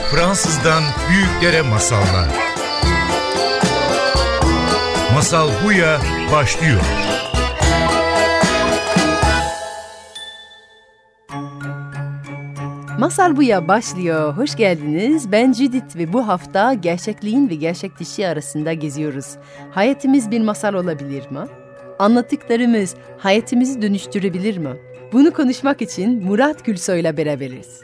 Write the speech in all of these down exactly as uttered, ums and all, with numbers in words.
Fransızdan büyüklere masallar. Masal Buya başlıyor. Masal Buya başlıyor. Hoş geldiniz. Ben Judith ve bu hafta gerçekliğin ve gerçek dışı arasında geziyoruz. Hayatımız bir masal olabilir mi? Anlattıklarımız hayatımızı dönüştürebilir mi? Bunu konuşmak için Murat Gülsoy'la beraberiz.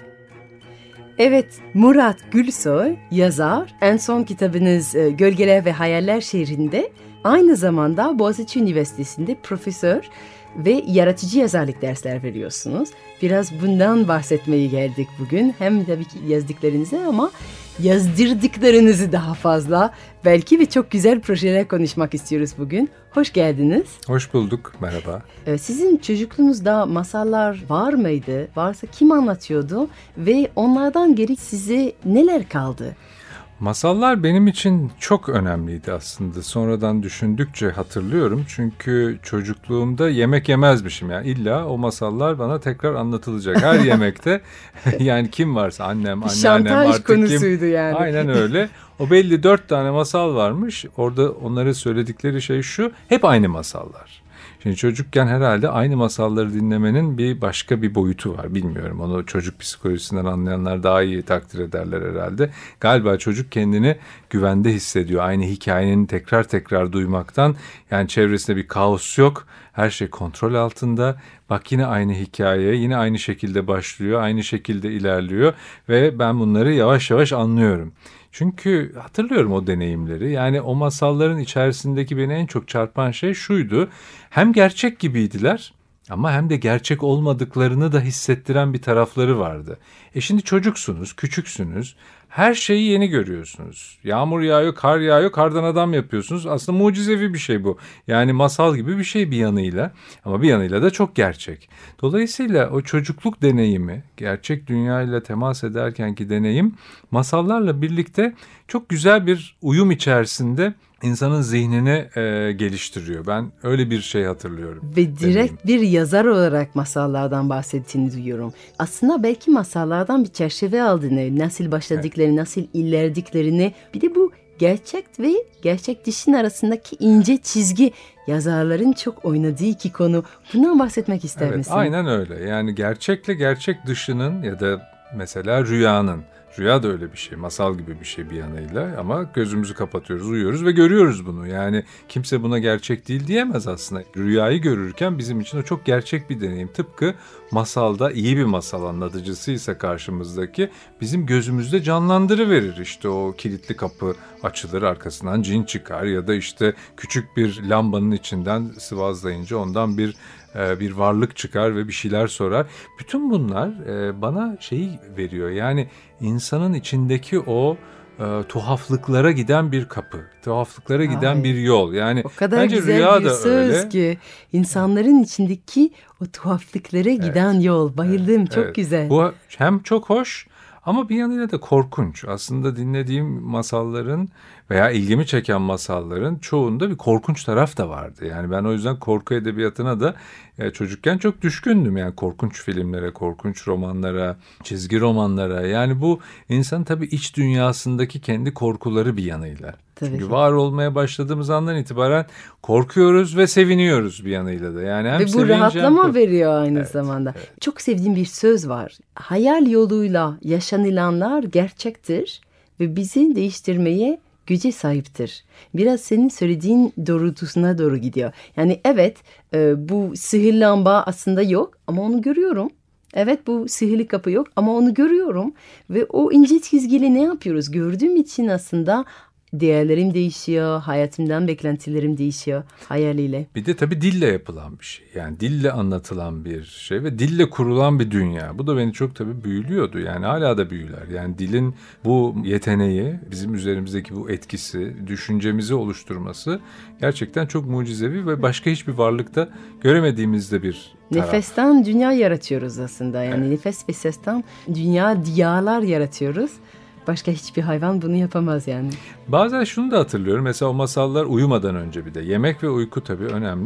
Evet, Murat Gülsoy, yazar. En son kitabınız Gölgeler ve Hayaller şehrinde, aynı zamanda Boğaziçi Üniversitesi'nde profesör ve yaratıcı yazarlık dersler veriyorsunuz. Biraz bundan bahsetmeye geldik bugün. Hem tabii ki yazdıklarınızı ama yazdırdıklarınızı daha fazla belki ve çok güzel projeler konuşmak istiyoruz bugün. Hoş geldiniz. Hoş bulduk, merhaba. Sizin çocukluğunuzda masallar var mıydı? Varsa kim anlatıyordu ve onlardan geri size neler kaldı? Masallar benim için çok önemliydi aslında. Sonradan düşündükçe hatırlıyorum. Çünkü çocukluğumda yemek yemezmişim. Yani illa o masallar bana tekrar anlatılacak. Her yemekte yani kim varsa annem, anneannem şantaj artık kim. konusuydu yani. Aynen öyle. O belli dört tane masal varmış. Orada onları söyledikleri şey şu. Hep aynı masallar. Şimdi çocukken herhalde aynı masalları dinlemenin bir başka bir boyutu var. Bilmiyorum, onu çocuk psikolojisinden anlayanlar daha iyi takdir ederler herhalde. Galiba çocuk kendini güvende hissediyor. Aynı hikayenin tekrar tekrar duymaktan. Yani çevresinde bir kaos yok. Her şey kontrol altında. Bak yine aynı hikaye, yine aynı şekilde başlıyor, aynı şekilde ilerliyor. Ve ben bunları yavaş yavaş anlıyorum. Çünkü hatırlıyorum o deneyimleri. Yani o masalların içerisindeki beni en çok çarpan şey şuydu. Hem gerçek gibiydiler ama hem de gerçek olmadıklarını da hissettiren bir tarafları vardı. E şimdi çocuksunuz, küçüksünüz. Her şeyi yeni görüyorsunuz. Yağmur yağıyor, kar yağıyor, kardan adam yapıyorsunuz. Aslında mucizevi bir şey bu. Yani masal gibi bir şey bir yanıyla, ama bir yanıyla da çok gerçek. Dolayısıyla o çocukluk deneyimi, gerçek dünyayla temas ederkenki deneyim, masallarla birlikte çok güzel bir uyum içerisinde insanın zihnini e, geliştiriyor. Ben öyle bir şey hatırlıyorum. Ve direkt bir yazar olarak masallardan bahsettiğini duyuyorum. Aslında belki masallardan bir çerçeve aldığını, nasıl başladıklarını, evet, nasıl ilerlediklerini, bir de bu gerçek ve gerçek dışın arasındaki ince çizgi, yazarların çok oynadığı iki konu. Bundan bahsetmek ister evet, misin? Aynen öyle. Yani gerçekle gerçek dışının ya da mesela rüyanın. Rüya da öyle bir şey, masal gibi bir şey bir yanıyla, ama gözümüzü kapatıyoruz, uyuyoruz ve görüyoruz bunu. Yani kimse buna gerçek değil diyemez aslında. Rüyayı görürken bizim için o çok gerçek bir deneyim. Tıpkı masalda iyi bir masal anlatıcısıysa karşımızdaki, bizim gözümüzde canlandırıverir. İşte o kilitli kapı açılır, arkasından cin çıkar ya da işte küçük bir lambanın içinden sıvazlayınca ondan bir bir varlık çıkar ve bir şeyler sorar. Bütün bunlar bana şeyi veriyor. Yani insanın içindeki o e, tuhaflıklara giden bir kapı, tuhaflıklara Ay, giden bir yol. Yani o kadar bence güzel rüya bir da söz öyle ki insanların içindeki o tuhaflıklara giden evet, yol. Bayıldım, evet, çok evet. güzel. Bu hem çok hoş ama bir yanıyla da korkunç. Aslında dinlediğim masalların veya ilgimi çeken masalların çoğunda bir korkunç taraf da vardı. Yani ben o yüzden korku edebiyatına da e, çocukken çok düşkündüm. Yani korkunç filmlere, korkunç romanlara, çizgi romanlara. Yani bu insanın tabii iç dünyasındaki kendi korkuları bir yanıyla. Tabii Çünkü ki. var olmaya başladığımız andan itibaren korkuyoruz ve seviniyoruz bir yanıyla da. Yani hem ve bu rahatlama hem... veriyor aynı evet, zamanda. Evet. Çok sevdiğim bir söz var. Hayal yoluyla yaşanılanlar gerçektir ve bizi değiştirmeye güce sahiptir. Biraz senin söylediğin doğrultusuna doğru gidiyor. Yani evet, e, bu sihirli lamba aslında yok ama onu görüyorum. Evet, bu sihirli kapı yok ama onu görüyorum. Ve o ince çizgiyle ne yapıyoruz? Gördüğüm için aslında değerlerim değişiyor, hayatımdan beklentilerim değişiyor hayaliyle. Bir de tabii dille yapılan bir şey. Yani dille anlatılan bir şey ve dille kurulan bir dünya. Bu da beni çok tabii büyülüyordu. Yani hala da büyüler. Yani dilin bu yeteneği, bizim üzerimizdeki bu etkisi, düşüncemizi oluşturması gerçekten çok mucizevi ve başka hiçbir varlıkta göremediğimizde bir taraf. Nefesten dünya yaratıyoruz aslında. Yani evet. Nefes ve sesten dünya, diyarlar yaratıyoruz. Başka hiçbir hayvan bunu yapamaz yani. Bazen şunu da hatırlıyorum. Mesela o masallar uyumadan önce bir de. Yemek ve uyku tabii önemli.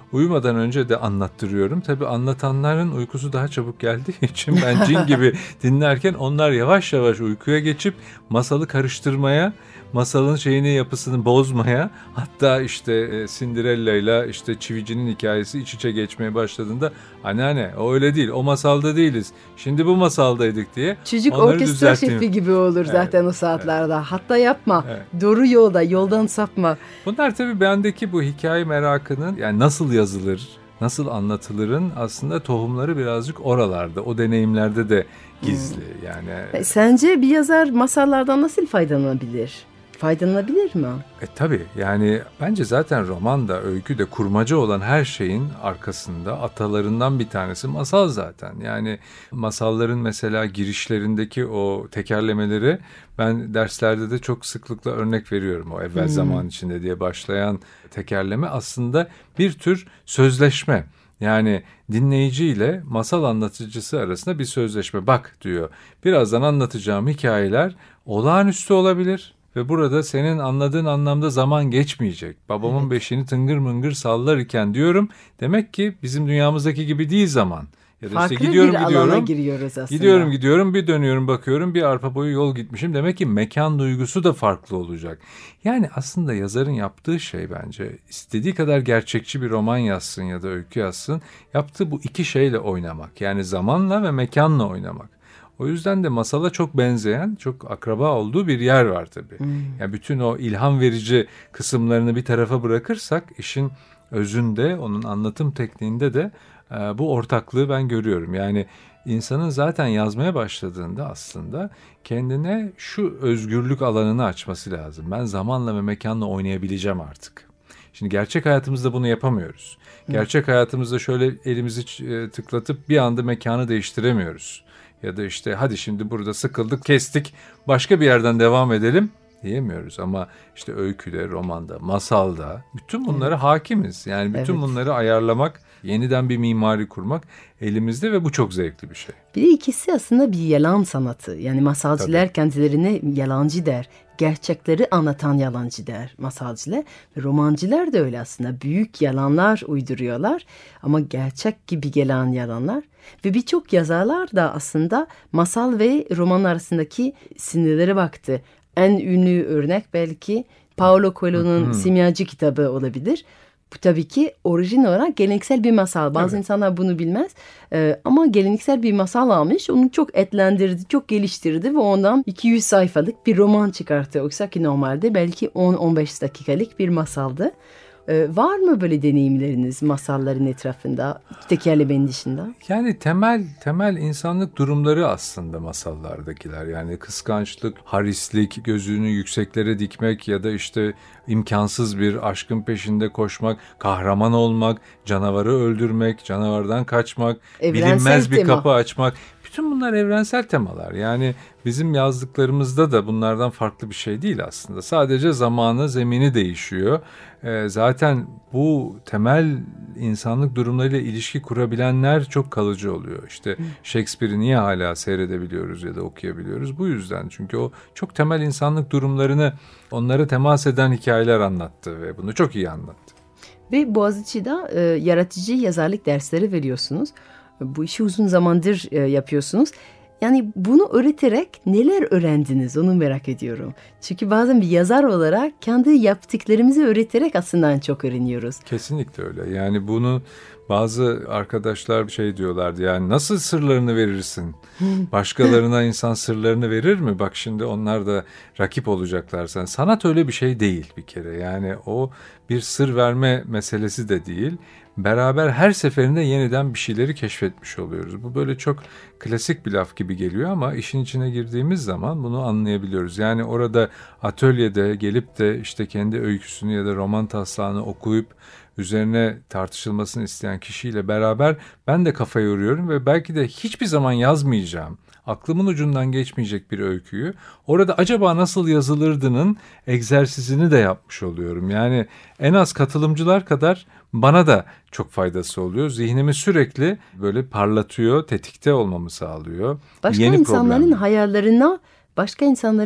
uyumadan önce de anlattırıyorum. Tabii anlatanların uykusu daha çabuk geldiği için ben cin gibi dinlerken onlar yavaş yavaş uykuya geçip masalı karıştırmaya, masalın şeyini, yapısını bozmaya, hatta işte e, Cinderella ile işte çivicinin hikayesi iç içe geçmeye başladığında anneanne o öyle değil, o masalda değiliz, şimdi bu masaldaydık diye çocuk onları orkestra düzelteyim. şefi gibi olur zaten evet, o saatlerde. Evet. Hatta yapma. Evet. Doğru yolda, yoldan sapma. Bunlar tabii bendeki bu hikaye merakının, yani nasıl yazılır, nasıl anlatılırın aslında tohumları birazcık oralarda, o deneyimlerde de gizli. Hmm. Yani. Sence bir yazar masallardan nasıl faydalanabilir? Faydalanabilir mi? E tabii, yani bence zaten roman da, öykü de, kurmaca olan her şeyin arkasında atalarından bir tanesi masal zaten. Yani masalların mesela girişlerindeki o tekerlemeleri ben derslerde de çok sıklıkla örnek veriyorum. O evvel hmm. zaman içinde diye başlayan tekerleme aslında bir tür sözleşme. Yani dinleyiciyle masal anlatıcısı arasında bir sözleşme. Bak diyor, birazdan anlatacağım hikayeler olağanüstü olabilir. Ve burada senin anladığın anlamda zaman geçmeyecek. Babamın evet. beşiğini tıngır mıngır sallarken diyorum. Demek ki bizim dünyamızdaki gibi değil zaman. Ya da farklı işte gidiyorum, bir gidiyorum, alana giriyoruz aslında. Gidiyorum gidiyorum bir dönüyorum bakıyorum bir arpa boyu yol gitmişim. Demek ki mekan duygusu da farklı olacak. Yani aslında yazarın yaptığı şey bence istediği kadar gerçekçi bir roman yazsın ya da öykü yazsın. Yaptığı bu iki şeyle oynamak. Yani zamanla ve mekanla oynamak. O yüzden de masala çok benzeyen, çok akraba olduğu bir yer var tabii. Hmm. Yani bütün o ilham verici kısımlarını bir tarafa bırakırsak işin özünde, onun anlatım tekniğinde de e, bu ortaklığı ben görüyorum. Yani insanın zaten yazmaya başladığında aslında kendine şu özgürlük alanını açması lazım. Ben zamanla ve mekanla oynayabileceğim artık. Şimdi gerçek hayatımızda bunu yapamıyoruz. Hmm. Gerçek hayatımızda şöyle elimizi tıklatıp bir anda mekanı değiştiremiyoruz. Ya da işte hadi şimdi burada sıkıldık, kestik, başka bir yerden devam edelim diyemiyoruz. Ama işte öyküde, romanda, masalda bütün bunlara evet. hakimiz. Yani bütün evet. bunları ayarlamak, yeniden bir mimari kurmak elimizde ve bu çok zevkli bir şey. Bir de ikisi aslında bir yalan sanatı. Yani masalcılar Tabii. kendilerine yalancı der. Gerçekleri anlatan yalancı der masalcılar. Ve romancılar da öyle aslında. Büyük yalanlar uyduruyorlar ama gerçek gibi gelen yalanlar. Ve birçok yazarlar da aslında masal ve roman arasındaki sınırlara baktı. En ünlü örnek belki Paulo Coelho'nun Simyacı kitabı olabilir. Bu tabii ki orijin olarak geleneksel bir masal. Bazı evet. insanlar bunu bilmez. Ee, ama geleneksel bir masal almış. Onu çok etlendirdi, çok geliştirdi ve ondan iki yüz sayfalık bir roman çıkarttı. Oysa ki normalde belki on on beş dakikalık bir masaldı. Ee, var mı böyle deneyimleriniz masalların etrafında, tekerlemenin dışında? Yani temel temel insanlık durumları aslında masallardakiler. Yani kıskançlık, harislik, gözünü yükseklere dikmek ya da işte imkansız bir aşkın peşinde koşmak, kahraman olmak, canavarı öldürmek, canavardan kaçmak, evrensel bilinmez bir tema. Kapı açmak. Bütün bunlar evrensel temalar. Yani bizim yazdıklarımızda da bunlardan farklı bir şey değil aslında. Sadece zamanı, zemini değişiyor. Ee, zaten bu temel insanlık durumlarıyla ilişki kurabilenler çok kalıcı oluyor. İşte Shakespeare'i niye hala seyredebiliyoruz ya da okuyabiliyoruz? Bu yüzden. Çünkü o çok temel insanlık durumlarını onlara temas eden hikayeler anlattı ve bunu çok iyi anlattı. Ve Boğaziçi'de e, yaratıcı yazarlık dersleri veriyorsunuz. Bu işi uzun zamandır e, yapıyorsunuz. Yani bunu öğreterek neler öğrendiniz onu merak ediyorum. Çünkü bazen bir yazar olarak kendi yaptıklarımızı öğreterek aslında en çok öğreniyoruz. Kesinlikle öyle. Yani bunu bazı arkadaşlar şey diyorlardı, yani nasıl sırlarını verirsin? Başkalarına insan sırlarını verir mi? Bak şimdi onlar da rakip olacaklar sen. Sanat öyle bir şey değil bir kere. Yani o bir sır verme meselesi de değil. Beraber her seferinde yeniden bir şeyleri keşfetmiş oluyoruz. Bu böyle çok klasik bir laf gibi geliyor ama işin içine girdiğimiz zaman bunu anlayabiliyoruz. Yani orada atölyede gelip de işte kendi öyküsünü ya da roman taslağını okuyup üzerine tartışılmasını isteyen kişiyle beraber ben de kafa yoruyorum ve belki de hiçbir zaman yazmayacağım, aklımın ucundan geçmeyecek bir öyküyü orada acaba nasıl yazılırdının egzersizini de yapmış oluyorum. Yani en az katılımcılar kadar bana da çok faydası oluyor. Zihnimi sürekli böyle parlatıyor, tetikte olmamı sağlıyor. Başka Yeni insanların problemler. hayallerine, başka insanların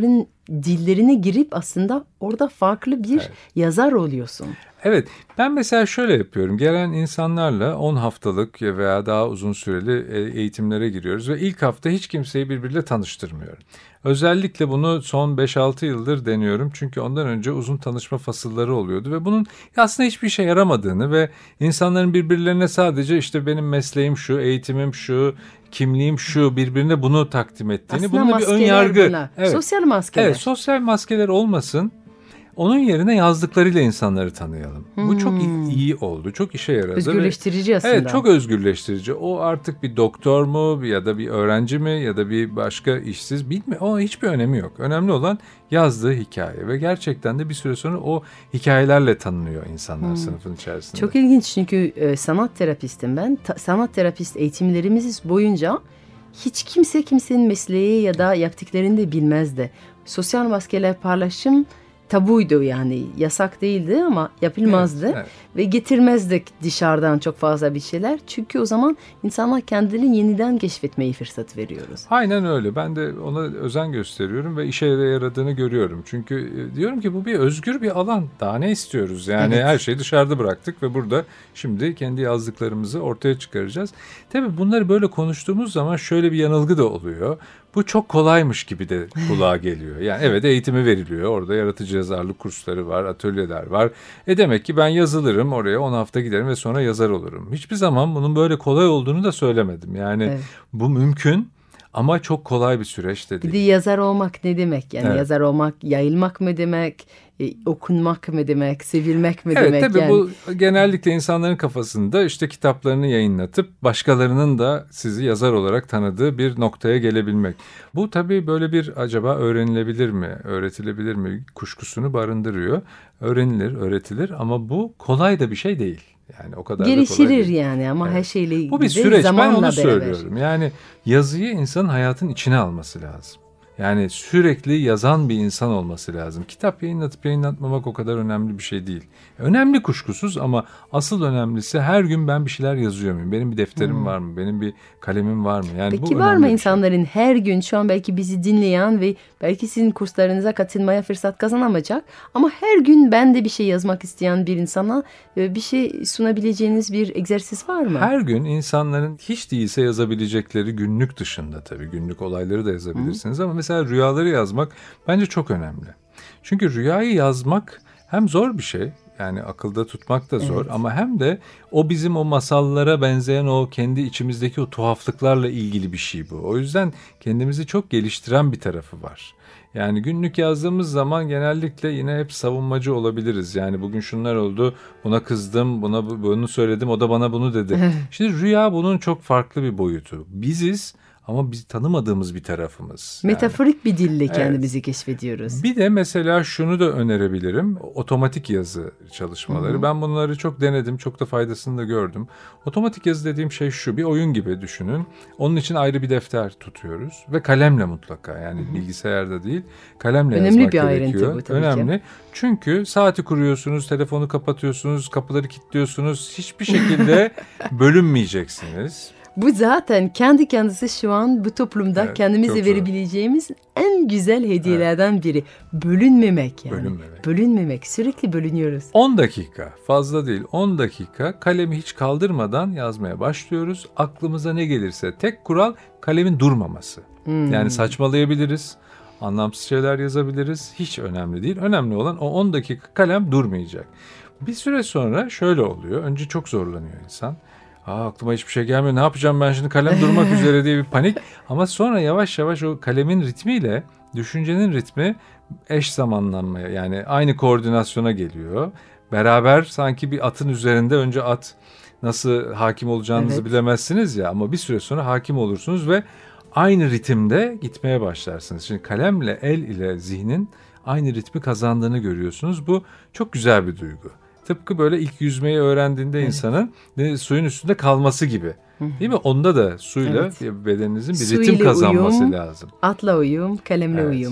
dillerine girip aslında orada farklı bir evet. yazar oluyorsun. Evet, ben mesela şöyle yapıyorum. Gelen insanlarla on haftalık veya daha uzun süreli eğitimlere giriyoruz ve ilk hafta hiç kimseyi birbiriyle tanıştırmıyorum. Özellikle bunu son beş altı yıldır deniyorum. Çünkü ondan önce uzun tanışma fasılları oluyordu ve bunun aslında hiçbir işe yaramadığını ve insanların birbirlerine sadece işte benim mesleğim şu, eğitimim şu, kimliğim şu, birbirine bunu takdim ettiğini. Aslında bunun bir ön yargı. Evet. Sosyal maskeler. Evet, sosyal maskeler olmasın. Onun yerine yazdıklarıyla insanları tanıyalım. Hmm. Bu çok iyi oldu, çok işe yaradı. Özgürleştirici aslında. Evet, çok özgürleştirici. O artık bir doktor mu ya da bir öğrenci mi ya da bir başka işsiz bilmiyorum. O hiçbir önemi yok. Önemli olan yazdığı hikaye ve gerçekten de bir süre sonra o hikayelerle tanınıyor insanlar hmm. sınıfın içerisinde. Çok ilginç çünkü e, sanat terapistim ben. Ta, sanat terapist eğitimlerimiz boyunca hiç kimse kimsenin mesleği ya da yaptıklarını da bilmezdi. Sosyal maskeler paylaşım tabuydu, yani yasak değildi ama yapılmazdı. Evet, evet. Ve getirmezdik dışarıdan çok fazla bir şeyler. Çünkü o zaman insanlar kendilerini yeniden keşfetmeyi fırsat veriyoruz. Aynen öyle. Ben de ona özen gösteriyorum ve işe yaradığını görüyorum. Çünkü diyorum ki bu bir özgür bir alan. Daha ne istiyoruz? Yani evet. Her şeyi dışarıda bıraktık ve burada şimdi kendi yazdıklarımızı ortaya çıkaracağız. Tabii bunları böyle konuştuğumuz zaman şöyle bir yanılgı da oluyor. Bu çok kolaymış gibi de kulağa geliyor. Yani evet, eğitimi veriliyor. Orada yaratıcı yazarlık kursları var, atölyeler var. E demek ki ben yazılırım, oraya on hafta giderim ve sonra yazar olurum. Hiçbir zaman bunun böyle kolay olduğunu da söylemedim. Yani evet. Bu mümkün ama çok kolay bir süreç de değil. Bir de yazar olmak ne demek? Yani evet. Yazar olmak, yayılmak mı demek? E, okunmak mı demek, sevilmek mi evet, demek? Evet tabii yani. Bu genellikle insanların kafasında işte kitaplarını yayınlatıp başkalarının da sizi yazar olarak tanıdığı bir noktaya gelebilmek. Bu tabii böyle bir acaba öğrenilebilir mi, öğretilebilir mi kuşkusunu barındırıyor. Öğrenilir, öğretilir ama bu kolay da bir şey değil. Yani o kadar geliştirir da kolay değil. Yani ama evet. Her şeyle ilgili bu bir süreç, ben onu beraber. söylüyorum. Yani yazıyı insanın hayatın içine alması lazım. Yani sürekli yazan bir insan olması lazım. Kitap yayınlatıp yayınlatmamak o kadar önemli bir şey değil. Önemli kuşkusuz ama asıl önemlisi her gün ben bir şeyler yazıyor muyum? Benim bir defterim hmm. var mı? Benim bir kalemim var mı? Yani Peki bu var mı insanların şey. Her gün şu an belki bizi dinleyen ve belki sizin kurslarınıza katılmaya fırsat kazanamayacak ama her gün ben de bir şey yazmak isteyen bir insana bir şey sunabileceğiniz bir egzersiz var mı? Her gün insanların hiç değilse yazabilecekleri günlük dışında tabii günlük olayları da yazabilirsiniz hmm. ama mesela rüyaları yazmak bence çok önemli. Çünkü rüyayı yazmak hem zor bir şey, yani akılda tutmak da zor evet. ama hem de o bizim o masallara benzeyen o kendi içimizdeki o tuhaflıklarla ilgili bir şey bu. O yüzden kendimizi çok geliştiren bir tarafı var. Yani günlük yazdığımız zaman genellikle yine hep savunmacı olabiliriz. Yani bugün şunlar oldu, buna kızdım, buna bunu söyledim, o da bana bunu dedi. Şimdi rüya bunun çok farklı bir boyutu. Biziz ama biz tanımadığımız bir tarafımız. Metaforik yani. Bir dille kendimizi evet. keşfediyoruz. Bir de mesela şunu da önerebilirim. Otomatik yazı çalışmaları. Hı hı. Ben bunları çok denedim. Çok da faydasını da gördüm. Otomatik yazı dediğim şey şu. Bir oyun gibi düşünün. Onun için ayrı bir defter tutuyoruz. Ve kalemle mutlaka. Yani hı hı. bilgisayarda değil. Kalemle önemli yazmak bir gerekiyor. Önemli bir tabii Önemli. ki. Çünkü saati kuruyorsunuz, telefonu kapatıyorsunuz, kapıları kilitliyorsunuz. Hiçbir şekilde bölünmeyeceksiniz. Bu zaten kendi kendisi şu an bu toplumda evet, kendimize verebileceğimiz en güzel hediyelerden evet. biri. Bölünmemek yani. Bölünmemek. Bölünmemek. Sürekli bölünüyoruz. on dakika fazla değil on dakika kalemi hiç kaldırmadan yazmaya başlıyoruz. Aklımıza ne gelirse tek kural kalemin durmaması. Hmm. Yani saçmalayabiliriz. Anlamsız şeyler yazabiliriz. Hiç önemli değil. Önemli olan o on dakika kalem durmayacak. Bir süre sonra şöyle oluyor. Önce çok zorlanıyor insan. Aa, aklıma hiçbir şey gelmiyor. Ne yapacağım ben şimdi, kalem durmak üzere diye bir panik. Ama sonra yavaş yavaş o kalemin ritmiyle düşüncenin ritmi eş zamanlanmaya, yani aynı koordinasyona geliyor. Beraber sanki bir atın üzerinde, önce at nasıl hakim olacağınızı evet. bilemezsiniz ya, ama bir süre sonra hakim olursunuz ve aynı ritimde gitmeye başlarsınız. Şimdi kalemle el ile zihnin aynı ritmi kazandığını görüyorsunuz. Bu çok güzel bir duygu. Tıpkı böyle ilk yüzmeyi öğrendiğinde evet. insanın de, suyun üstünde kalması gibi. Değil mi? Onda da suyla evet. bedeninizin bir Su ritim kazanması uyum, lazım. Atla uyum, kalemle evet. uyum.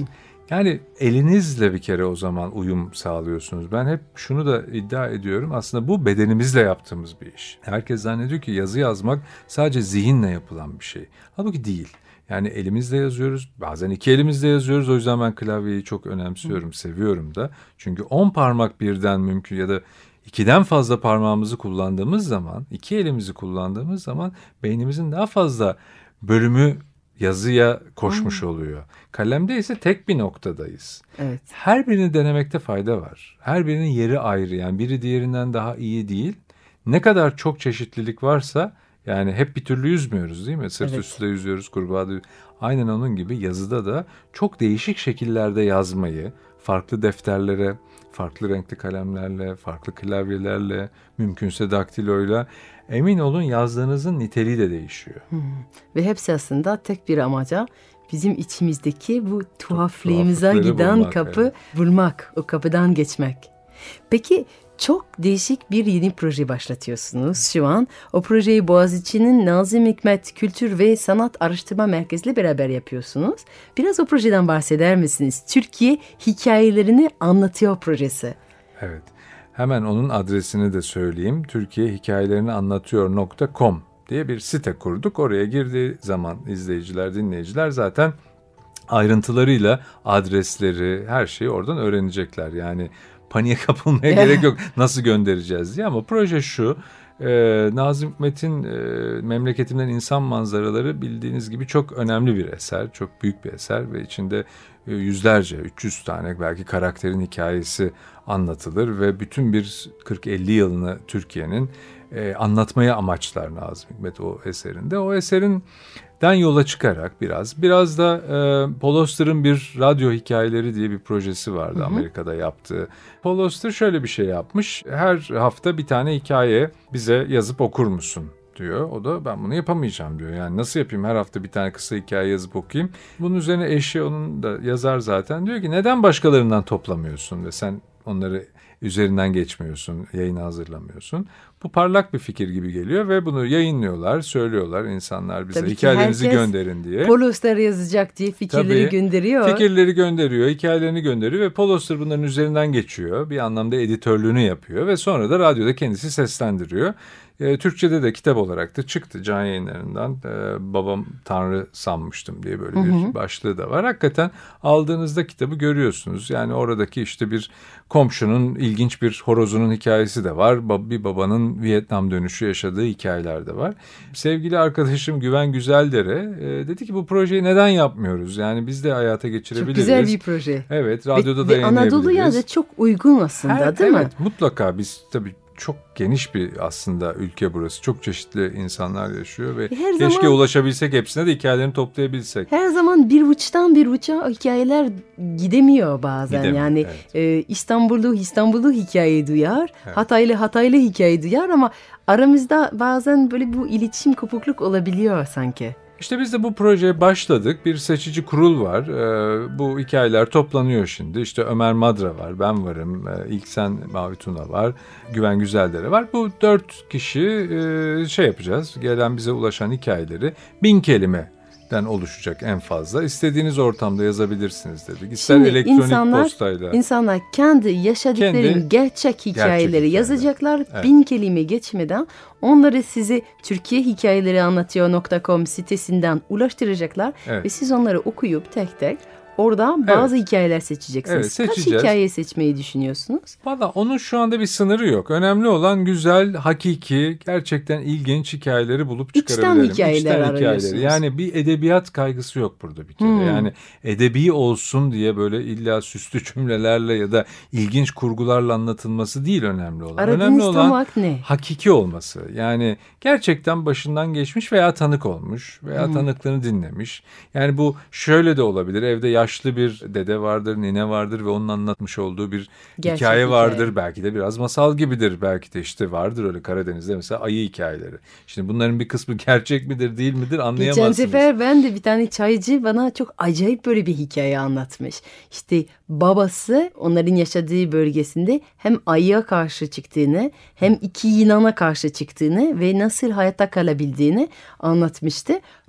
Yani elinizle bir kere o zaman uyum sağlıyorsunuz. Ben hep şunu da iddia ediyorum. Aslında bu bedenimizle yaptığımız bir iş. Herkes zannediyor ki yazı yazmak sadece zihinle yapılan bir şey. Halbuki değil. Yani elimizle yazıyoruz. Bazen iki elimizle yazıyoruz. O yüzden ben klavyeyi çok önemsiyorum, Hı. seviyorum da. Çünkü on parmak birden mümkün ya da ikiden fazla parmağımızı kullandığımız zaman, iki elimizi kullandığımız zaman beynimizin daha fazla bölümü yazıya koşmuş hmm. oluyor. Kalemde ise tek bir noktadayız. Evet. Her birini denemekte fayda var. Her birinin yeri ayrı. Yani biri diğerinden daha iyi değil. Ne kadar çok çeşitlilik varsa, yani hep bir türlü yüzmüyoruz değil mi? Sırt evet. üstü de yüzüyoruz, kurbağa da. Aynen onun gibi yazıda da çok değişik şekillerde yazmayı, farklı defterlere, farklı renkli kalemlerle, farklı klavyelerle, mümkünse daktiloyla, emin olun yazdığınızın niteliği de değişiyor. Hmm. Ve hepsi aslında tek bir amaca, bizim içimizdeki bu tuhaflığımıza giden bulmak, kapı evet. bulmak, o kapıdan geçmek. Peki çok değişik bir yeni proje başlatıyorsunuz şu an. O projeyi Boğaziçi'nin Nazım Hikmet Kültür ve Sanat Araştırma Merkezi ile beraber yapıyorsunuz. Biraz o projeden bahseder misiniz? Türkiye Hikayelerini Anlatıyor projesi. Evet. Hemen onun adresini de söyleyeyim. Türkiye Hikayelerini Anlatıyor nokta com diye bir site kurduk. Oraya girdiği zaman izleyiciler, dinleyiciler zaten ayrıntılarıyla adresleri, her şeyi oradan öğrenecekler. Yani paniğe kapılmaya gerek yok nasıl göndereceğiz diye, ama proje şu. Ee, Nazım Hikmet'in e, Memleketimden İnsan Manzaraları bildiğiniz gibi çok önemli bir eser, çok büyük bir eser ve içinde e, yüzlerce, üç yüz tane belki karakterin hikayesi anlatılır ve bütün bir kırk elli yılını Türkiye'nin e, anlatmaya amaçlar Nazım Hikmet o eserinde. O eserinden yola çıkarak biraz, biraz da e, Paul Auster'ın bir radyo hikayeleri diye bir projesi vardı, hı hı. Amerika'da yaptığı. Paul Auster şöyle bir şey yapmış, her hafta bir tane hikaye bize yazıp okur musun diyor. O da ben bunu yapamayacağım diyor. Yani nasıl yapayım, her hafta bir tane kısa hikaye yazıp okuyayım. Bunun üzerine eşi, onun da yazar zaten, diyor ki neden başkalarından toplamıyorsun ve sen onları üzerinden geçmiyorsun, yayına hazırlamıyorsun. Bu parlak bir fikir gibi geliyor ve bunu yayınlıyorlar, söylüyorlar insanlar bize. Tabii hikayelerinizi gönderin diye. Paul Auster yazacak diye fikirleri Tabii, gönderiyor. Fikirleri gönderiyor, hikayelerini gönderiyor ve Paul Auster bunların üzerinden geçiyor. Bir anlamda editörlüğünü yapıyor ve sonra da radyoda kendisi seslendiriyor. E, Türkçe'de de kitap olarak da çıktı Can Yayınları'ndan. E, Babam Tanrı Sanmıştım diye böyle bir hı hı. başlığı da var. Hakikaten aldığınızda kitabı görüyorsunuz. Yani oradaki işte bir komşunun ilginç bir horozunun hikayesi de var. Bir babanın Vietnam dönüşü yaşadığı hikayeler de var. Sevgili arkadaşım Güven Güzeldere e, dedi ki bu projeyi neden yapmıyoruz? Yani biz de hayata geçirebiliriz. Çok güzel bir proje. Evet, radyoda ve, da yayınlayabiliriz. Ve Anadolu'ya da çok uygun aslında Her, değil evet, mi? Evet, mutlaka biz tabii çok geniş bir aslında ülke burası. Çok çeşitli insanlar yaşıyor ve her keşke zaman, ulaşabilsek hepsine de hikayelerini toplayabilsek. Her zaman bir uçtan bir uça hikayeler gidemiyor bazen. Gidemiyor, yani evet. e, İstanbullu İstanbullu hikaye duyar, evet. Hataylı Hataylı hikaye duyar ama aramızda bazen böyle bu iletişim kopukluk olabiliyor sanki. İşte biz de bu projeye başladık. Bir seçici kurul var. Ee, bu hikayeler toplanıyor şimdi. İşte Ömer Madra var, ben varım, ee, İlksen Mavi Tuna var, Güven Güzeldere var. Bu dört kişi e, şey yapacağız. Gelen bize ulaşan hikayeleri bin kelimeden oluşacak en fazla. İstediğiniz ortamda yazabilirsiniz dedik. İster şimdi elektronik insanlar, postayla. İnsanlar kendi yaşadıklarının kendi gerçek hikayeleri gerçek yazacaklar. Evet. Bin kelime geçmeden onları sizi Türkiye Hikayeleri Anlatıyor nokta com sitesinden ulaştıracaklar. Evet. Ve siz onları okuyup tek tek oradan bazı evet. hikayeler seçeceksiniz. Evet, kaç hikaye seçmeyi düşünüyorsunuz? Valla onun şu anda bir sınırı yok. Önemli olan güzel, hakiki, gerçekten ilginç hikayeleri bulup çıkarabilirim. İçten hikayeler İçten arıyorsunuz. Hikayeleri. Yani bir edebiyat kaygısı yok burada bir kere. Hmm. Yani edebi olsun diye böyle illa süslü cümlelerle ya da ilginç kurgularla anlatılması değil önemli olan. Aradığınız önemli olan ne? hakiki olması. Yani gerçekten başından geçmiş veya tanık olmuş veya hmm. tanıklığını dinlemiş. Yani bu şöyle de olabilir. Evde yaşlı bir dede vardır, nine vardır ve onun anlatmış olduğu bir gerçek hikaye vardır. Hikaye. Belki de biraz masal gibidir. Belki de işte vardır öyle Karadeniz'de mesela ayı hikayeleri. Şimdi bunların bir kısmı gerçek midir değil midir anlayamazsınız. Geçen sefer ben de bir tane çaycı bana çok acayip böyle bir hikaye anlatmış. İşte babası onların yaşadığı bölgesinde hem ayıya karşı çıktığını hem iki yılana karşı çıktığını ve nasıl hayatta kalabildiğini anlatmıştı.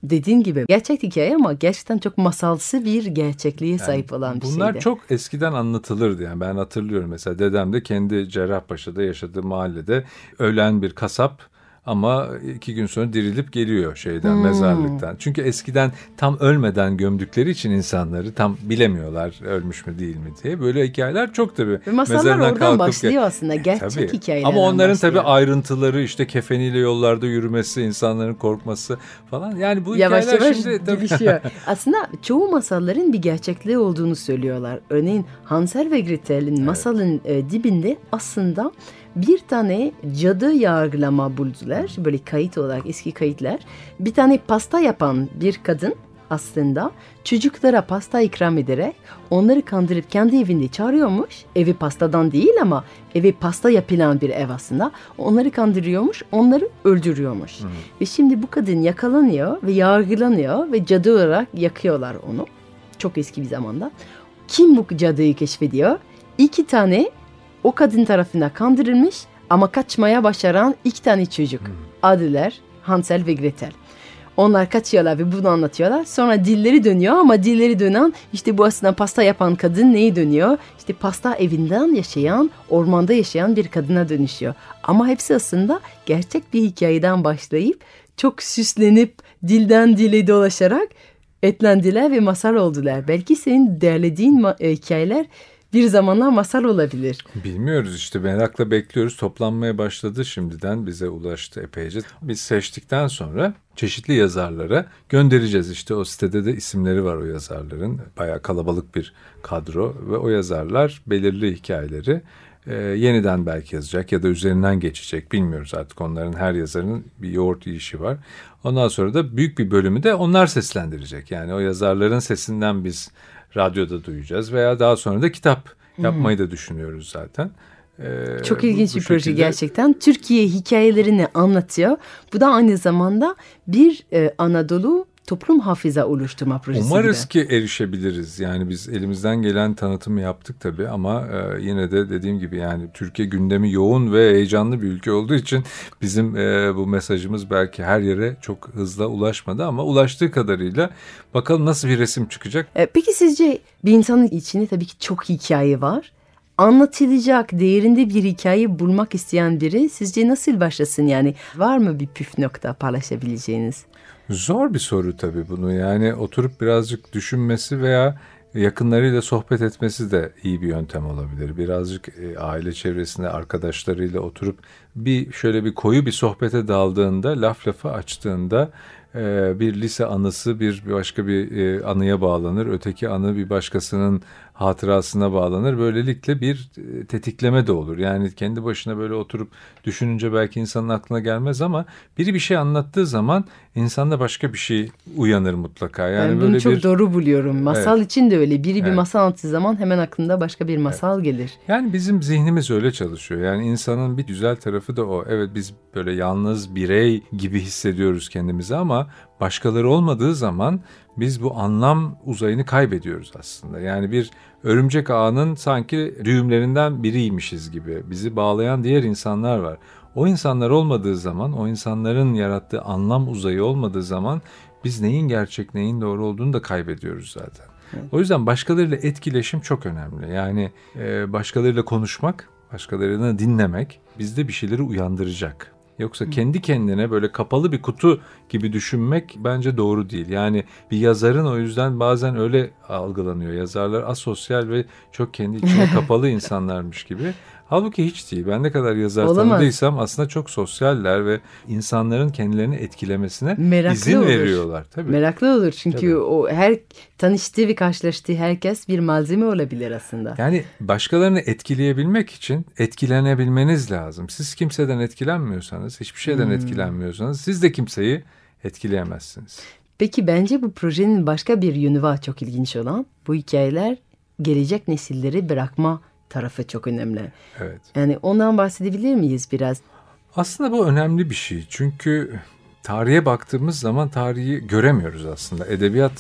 dediğin gibi gerçek hikaye ama gerçekten çok masalsı bir gerçekliğe sahip yani olan bir şeydi. Bunlar çok eskiden anlatılırdı yani ben hatırlıyorum mesela dedem de kendi Cerrahpaşa'da yaşadığı mahallede ölen bir kasap ama iki gün sonra dirilip geliyor şeyden hmm. mezarlıktan. Çünkü eskiden tam ölmeden gömdükleri için insanları tam bilemiyorlar ölmüş mü değil mi diye. Böyle hikayeler çok tabii. Ve masallar oradan başlıyor ya, aslında gerçek tabii. hikayelerden ama onların başlıyor. Tabii ayrıntıları işte kefeniyle yollarda yürümesi, insanların korkması falan. Yani bu yavaş hikayeler yavaş şimdi gelişiyor. Aslında çoğu masalların bir gerçekliği olduğunu söylüyorlar. Örneğin Hansel ve Gretel'in evet. masalın e, dibinde aslında bir tane cadı yargılama buldular. Böyle kayıt olarak eski kayıtlar. Bir tane pasta yapan bir kadın aslında çocuklara pasta ikram ederek onları kandırıp kendi evinde çağırıyormuş. Evi pastadan değil ama evi pasta yapılan bir ev aslında. Onları kandırıyormuş, onları öldürüyormuş. Hmm. Ve şimdi bu kadın yakalanıyor ve yargılanıyor ve cadı olarak yakıyorlar onu. Çok eski bir zamanda. Kim bu cadıyı keşfediyor? İki tane o kadın tarafından kandırılmış ama kaçmaya başaran iki tane çocuk. Hmm. Adlılar Hansel ve Gretel. Onlar kaçıyorlar ve bunu anlatıyorlar. Sonra dilleri dönüyor ama dilleri dönen işte bu aslında pasta yapan kadın neyi dönüyor? İşte pasta evinden yaşayan, ormanda yaşayan bir kadına dönüşüyor. Ama hepsi aslında gerçek bir hikayeden başlayıp çok süslenip dilden dile dolaşarak etlendiler ve masal oldular. Belki senin derlediğin ma- hikayeler bir zamanlar masal olabilir. Bilmiyoruz işte merakla bekliyoruz. Toplanmaya başladı şimdiden bize ulaştı epeyce. Biz seçtikten sonra çeşitli yazarlara göndereceğiz. İşte o sitede de isimleri var o yazarların. Bayağı kalabalık bir kadro ve o yazarlar belirli hikayeleri e, yeniden belki yazacak ya da üzerinden geçecek. Bilmiyoruz artık onların her yazarının bir yoğurt yiyişi var. Ondan sonra da büyük bir bölümü de onlar seslendirecek. Yani o yazarların sesinden biz radyoda duyacağız veya daha sonra da kitap yapmayı da düşünüyoruz zaten. Ee, Çok ilginç bu, bu bir proje şekilde... gerçekten. Türkiye hikayelerini anlatıyor. Bu da aynı zamanda bir e, Anadolu toplum hafıza oluşturma projesi. Umarız gibi. ki erişebiliriz. Yani biz elimizden gelen tanıtımı yaptık tabii ama e, yine de dediğim gibi yani Türkiye gündemi yoğun ve heyecanlı bir ülke olduğu için bizim e, bu mesajımız belki her yere çok hızla ulaşmadı ama ulaştığı kadarıyla bakalım nasıl bir resim çıkacak. E, peki sizce bir insanın içinde tabii ki çok hikaye var. Anlatılacak değerinde bir hikaye bulmak isteyen biri sizce nasıl başlasın yani? Var mı bir püf nokta paylaşabileceğiniz? Zor bir soru tabii bunu yani oturup birazcık düşünmesi veya yakınlarıyla sohbet etmesi de iyi bir yöntem olabilir. Birazcık e, aile çevresinde arkadaşlarıyla oturup bir şöyle bir koyu bir sohbete daldığında laf lafı açtığında e, bir lise anısı bir başka bir e, anıya bağlanır. Öteki anı bir başkasının hatırasına bağlanır. Böylelikle bir tetikleme de olur. Yani kendi başına böyle oturup düşününce belki insanın aklına gelmez ama biri bir şey anlattığı zaman insanda başka bir şey uyanır mutlaka. Yani ben böyle bunu çok bir... doğru buluyorum. Masal evet. için de öyle. Biri bir evet. masal anlattığı zaman hemen aklında başka bir masal evet. gelir. Yani bizim zihnimiz öyle çalışıyor. Yani insanın bir güzel tarafı da o. Evet biz böyle yalnız birey gibi hissediyoruz kendimizi ama başkaları olmadığı zaman biz bu anlam uzayını kaybediyoruz aslında. Yani bir örümcek ağının sanki düğümlerinden biriymişiz gibi. Bizi bağlayan diğer insanlar var. O insanlar olmadığı zaman, o insanların yarattığı anlam uzayı olmadığı zaman biz neyin gerçek, neyin doğru olduğunu da kaybediyoruz zaten. Evet. O yüzden başkalarıyla etkileşim çok önemli. Yani e, başkalarıyla konuşmak, başkalarını dinlemek bizde bir şeyleri uyandıracak. Yoksa kendi kendine böyle kapalı bir kutu gibi düşünmek bence doğru değil. Yani bir yazarın o yüzden bazen öyle algılanıyor. Yazarlar asosyal ve çok kendi içine kapalı insanlarmış gibi. Halbuki hiç değil. Ben ne kadar yazar Olamaz. tanıdıysam aslında çok sosyaller ve insanların kendilerini etkilemesine Meraklı izin olur. veriyorlar. Tabii. Meraklı olur çünkü Tabii. o her tanıştığı ve karşılaştığı herkes bir malzeme olabilir aslında. Yani başkalarını etkileyebilmek için etkilenebilmeniz lazım. Siz kimseden etkilenmiyorsanız, hiçbir şeyden hmm. etkilenmiyorsanız siz de kimseyi etkileyemezsiniz. Peki bence bu projenin başka bir yönü var çok ilginç olan. Bu hikayeler gelecek nesilleri bırakma tarafı çok önemli. Evet. Yani ondan bahsedebilir miyiz biraz? Aslında bu önemli bir şey. Çünkü tarihe baktığımız zaman tarihi göremiyoruz aslında. Edebiyat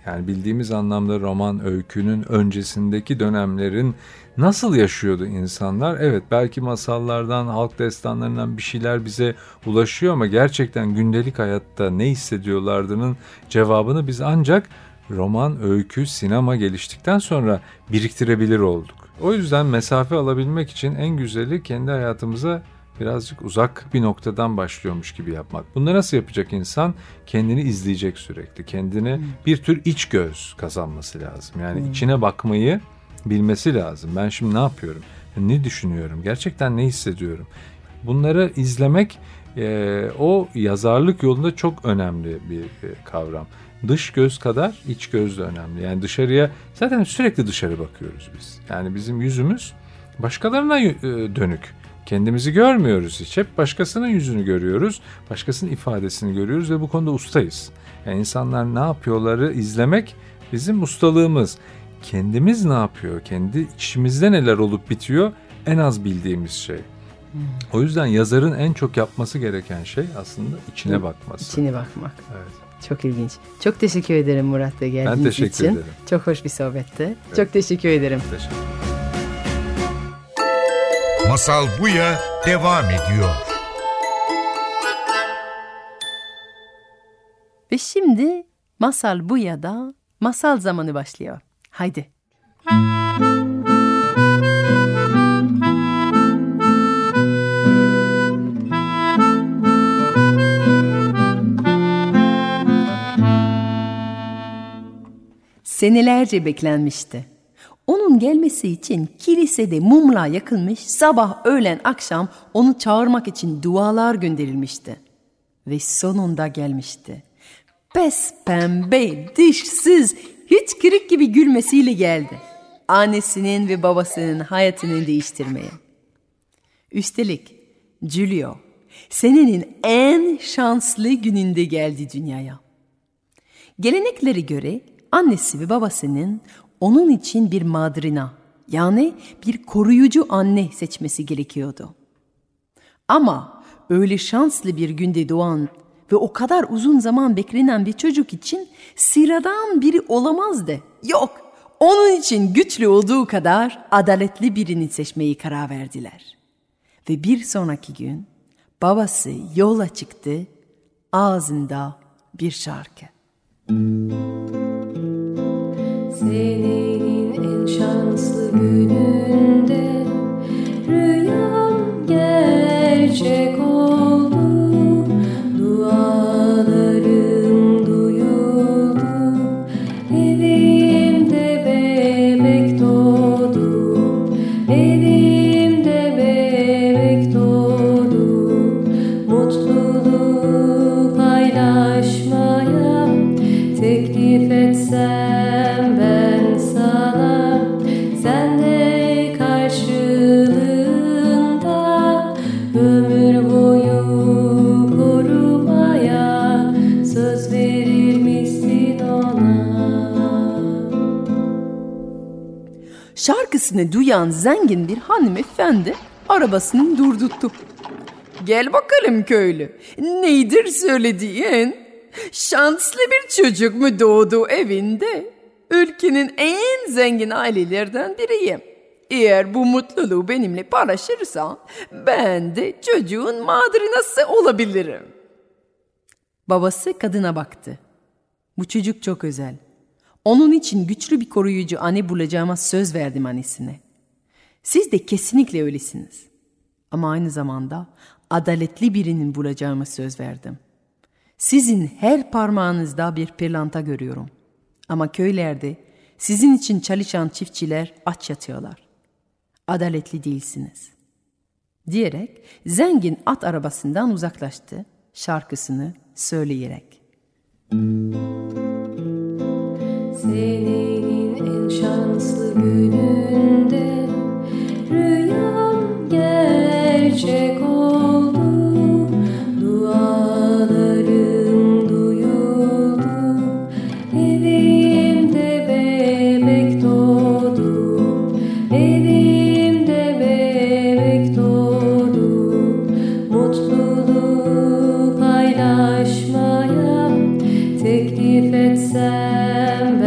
Yani bildiğimiz anlamda roman, öykünün öncesindeki dönemlerin nasıl yaşıyordu insanlar? Evet, belki masallardan, halk destanlarından bir şeyler bize ulaşıyor ama gerçekten gündelik hayatta ne hissediyorlardının cevabını biz ancak roman, öykü, sinema geliştikten sonra biriktirebilir olduk. O yüzden mesafe alabilmek için en güzeli kendi hayatımıza birazcık uzak bir noktadan başlıyormuş gibi yapmak. Bunu nasıl yapacak insan? Kendini izleyecek sürekli. Kendini hmm. bir tür iç göz kazanması lazım. Yani hmm. içine bakmayı bilmesi lazım. Ben şimdi ne yapıyorum? Ne düşünüyorum? Gerçekten ne hissediyorum? Bunları izlemek e, o yazarlık yolunda çok önemli bir e, kavram. Dış göz kadar iç göz de önemli. Yani dışarıya zaten sürekli dışarı bakıyoruz biz. Yani bizim yüzümüz başkalarına e, dönük. Kendimizi görmüyoruz hiç. Hep başkasının yüzünü görüyoruz. Başkasının ifadesini görüyoruz ve bu konuda ustayız. Yani insanlar ne yapıyorları izlemek bizim ustalığımız. Kendimiz ne yapıyor? Kendi içimizde neler olup bitiyor? En az bildiğimiz şey. Hmm. O yüzden yazarın en çok yapması gereken şey aslında içine bakması. İçine bakmak. Evet. Çok ilginç. Çok teşekkür ederim Murat Bey geldiğiniz için. Ben teşekkür için. ederim. Çok hoş bir sohbetti. Evet. Çok teşekkür ederim. Teşekkür ederim. Masal Buya devam ediyor. Ve şimdi Masal Buya'da masal zamanı başlıyor. Haydi. Senelerce beklenmişti. Onun gelmesi için kilisede mumlar yakılmış, sabah, öğlen, akşam onu çağırmak için dualar gönderilmişti. Ve sonunda gelmişti. Pes pembe, dişsiz, hiç kırık gibi gülmesiyle geldi. Annesinin ve babasının hayatını değiştirmeye. Üstelik Giulio, senenin en şanslı gününde geldi dünyaya. Geleneklere göre annesi ve babasının onun için bir madrina, yani bir koruyucu anne seçmesi gerekiyordu. Ama öyle şanslı bir günde doğan ve o kadar uzun zaman beklenen bir çocuk için sıradan biri olamazdı. Yok, onun için güçlü olduğu kadar adaletli birini seçmeyi karar verdiler. Ve bir sonraki gün babası yola çıktı, ağzında bir şarkı. Senin en şanslı gününde rüyam gerçek oldu, dualarım duyuldu, evimde bebek doğdu, evimde bebek doğdu, mutluluğu paylaşmaya teklif etsem ben sana, sen de karşılığında ömür boyu korumaya söz verir misin ona? Şarkısını duyan zengin bir hanımefendi arabasını durdurttu. Gel bakalım köylü, neydir söylediğin? Şanslı bir çocuk mu doğdu evinde? Ülkenin en zengin ailelerden biriyim. Eğer bu mutluluğu benimle paylaşırsan ben de çocuğun madrinası olabilirim. Babası kadına baktı. Bu çocuk çok özel. Onun için güçlü bir koruyucu anne bulacağıma söz verdim annesine. Siz de kesinlikle öylesiniz. Ama aynı zamanda adaletli birinin bulacağıma söz verdim. Sizin her parmağınızda bir pırlanta görüyorum. Ama köylerde sizin için çalışan çiftçiler aç yatıyorlar. Adaletli değilsiniz. Diyerek zengin at arabasından uzaklaştı, şarkısını söyleyerek. Senin en şanslı gününde rüyam gerçek oldu, dualarım duyuldu, evimde bebek doğdu, evimde bebek doğdu, mutluluğu paylaşmaya teklif etsem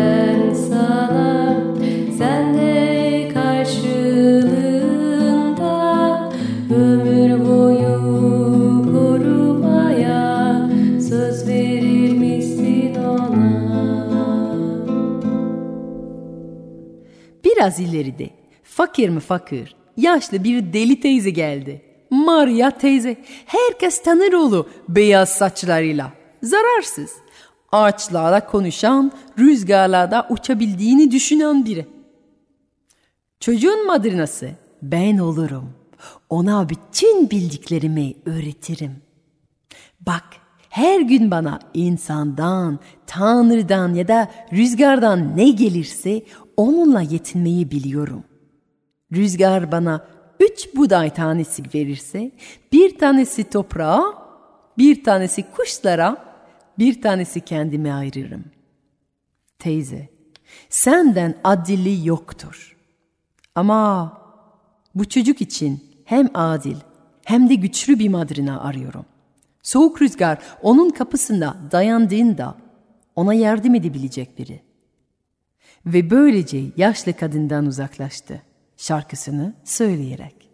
Biraz ileride fakir mi fakir yaşlı bir deli teyze geldi. Maria teyze, herkes tanır onu beyaz saçlarıyla. Zararsız, ağaçlarla konuşan, rüzgarlarda uçabildiğini düşünen biri. Çocuğun madrinası ben olurum. Ona bütün bildiklerimi öğretirim. Bak, her gün bana insandan, Tanrı'dan ya da rüzgardan ne gelirse onunla yetinmeyi biliyorum. Rüzgar bana üç buğday tanesi verirse, bir tanesi toprağa, bir tanesi kuşlara, bir tanesi kendime ayırırım. Teyze, senden adili yoktur. Ama bu çocuk için hem adil hem de güçlü bir madrina arıyorum. Soğuk rüzgar onun kapısında dayandığında ona yardım edebilecek biri. Ve böylece yaşlı kadından uzaklaştı, şarkısını söyleyerek.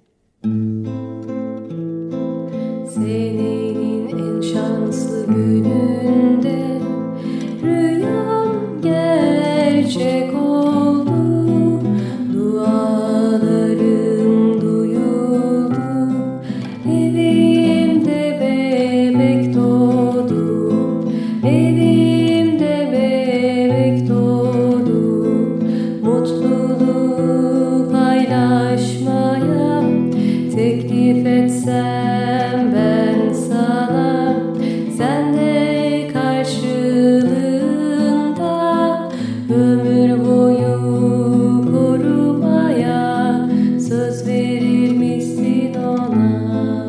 Senin en şanslı gününde rüyam gerçek oldu. Dualarım duyuldu. Evimde bebek doğdu. Evimde bebek doğdu. Mutluluğu paylaşmaya teklif etsem ben sana, sen de karşılığında ömür boyu korumaya söz verir misin ona?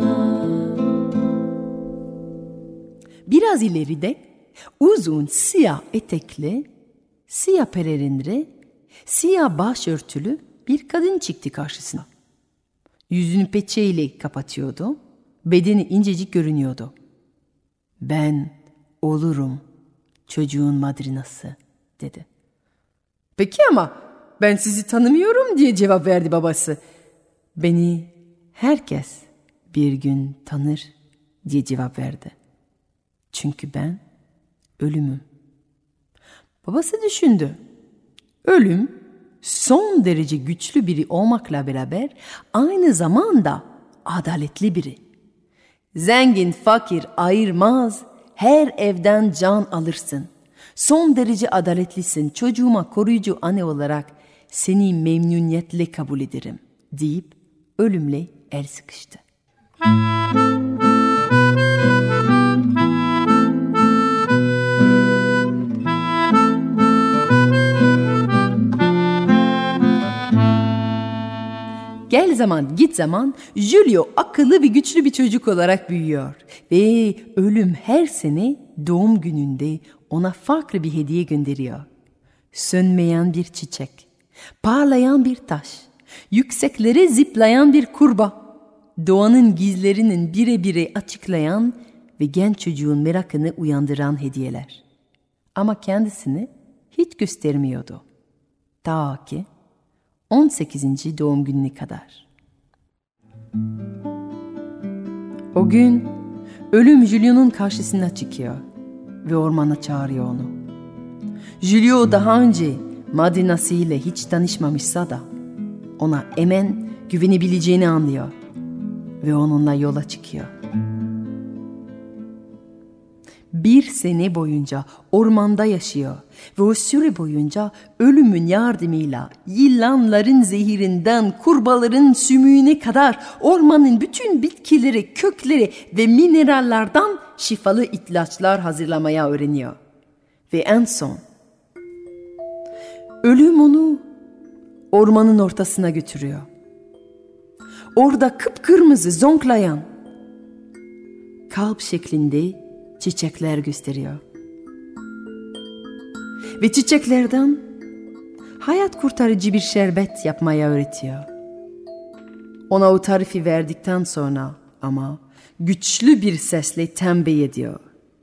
Biraz ileride uzun siyah etekli, siyah pelerinli, siyah başörtülü bir kadın çıktı karşısına. Yüzünü peçeyle kapatıyordu, bedeni incecik görünüyordu. Ben olurum çocuğun madrinası dedi. Peki ama ben sizi tanımıyorum diye cevap verdi babası. Beni herkes bir gün tanır diye cevap verdi. Çünkü ben ölümüm. Babası düşündü. Ölüm son derece güçlü biri olmakla beraber aynı zamanda adaletli biri. Zengin fakir ayırmaz, her evden can alırsın. Son derece adaletlisin, çocuğuma koruyucu anne olarak seni memnuniyetle kabul ederim deyip ölümle el sıkıştı. Gel zaman git zaman Julio akıllı ve güçlü bir çocuk olarak büyüyor. Ve ölüm her sene doğum gününde ona farklı bir hediye gönderiyor. Sönmeyen bir çiçek, parlayan bir taş, yükseklere zıplayan bir kurbağa, doğanın gizlerinin bire bire açıklayan ve genç çocuğun merakını uyandıran hediyeler. Ama kendisini hiç göstermiyordu. Ta ki on sekizinci doğum gününe kadar. O gün ölüm Julio'nun karşısına çıkıyor ve ormana çağırıyor onu. Julio daha önce madrinası ile hiç tanışmamışsa da ona hemen güvenebileceğini anlıyor ve onunla yola çıkıyor. Bir sene boyunca ormanda yaşıyor ve o süre boyunca ölümün yardımıyla yılanların zehirinden kurbağaların sümüğüne kadar ormanın bütün bitkileri, kökleri ve minerallerden şifalı ilaçlar hazırlamaya öğreniyor. Ve en son ölüm onu ormanın ortasına götürüyor. Orada kıpkırmızı zonklayan kalp şeklinde çiçekler gösteriyor. Ve çiçeklerden hayat kurtarıcı bir şerbet yapmaya öğretiyor. Ona o tarifi verdikten sonra ama güçlü bir sesle tembih ediyor.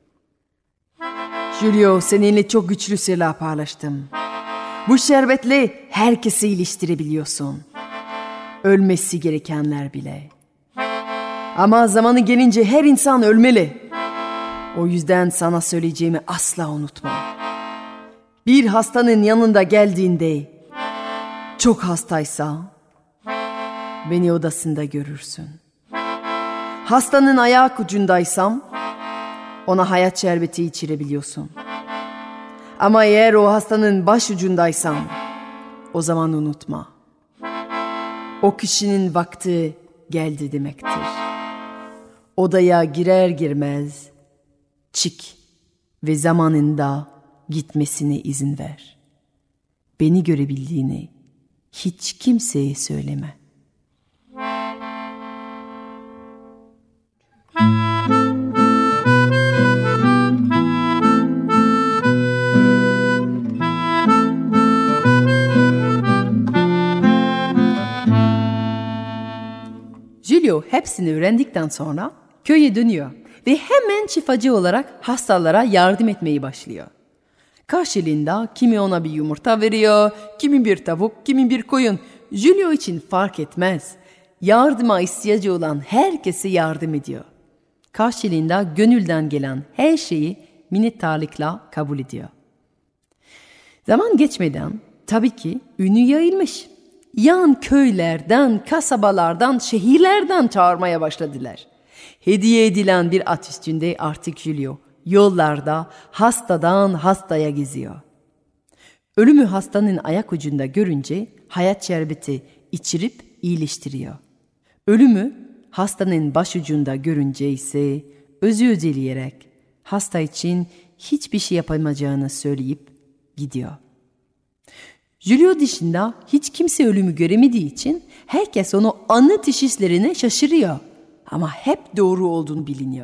Julio, seninle çok güçlü silah paylaştım. Bu şerbetle herkesi iliştirebiliyorsun. Ölmesi gerekenler bile. Ama zamanı gelince her insan ölmeli. O yüzden sana söyleyeceğimi asla unutma. Bir hastanın yanında geldiğinde çok hastaysa beni odasında görürsün. Hastanın ayak ucundaysam ona hayat şerbeti içirebiliyorsun. Ama eğer o hastanın baş ucundaysam o zaman unutma. O kişinin vakti geldi demektir. Odaya girer girmez çık ve zamanında gitmesine izin ver. Beni görebildiğini hiç kimseye söyleme. Julio hepsini öğrendikten sonra köye dönüyor ve hemen şifacı olarak hastalara yardım etmeyi başlıyor. Karşılığında kimi ona bir yumurta veriyor, kimi bir tavuk, kimi bir koyun. Julio için fark etmez. Yardıma ihtiyacı olan herkese yardım ediyor. Karşılığında gönülden gelen her şeyi minnettarlıkla kabul ediyor. Zaman geçmeden tabii ki ünü yayılmış. Yan köylerden, kasabalardan, şehirlerden çağırmaya başladılar. Hediye edilen bir at üstünde artık Julio yollarda hastadan hastaya geziyor. Ölümü hastanın ayak ucunda görünce hayat şerbeti içirip iyileştiriyor. Ölümü hastanın başucunda görünce ise özür dileyerek hasta için hiçbir şey yapamayacağını söyleyip gidiyor. Julio dışında hiç kimse ölümü göremediği için herkes onu anı teşhislerine şaşırıyor. Ama hep doğru olduğunu biliniyor.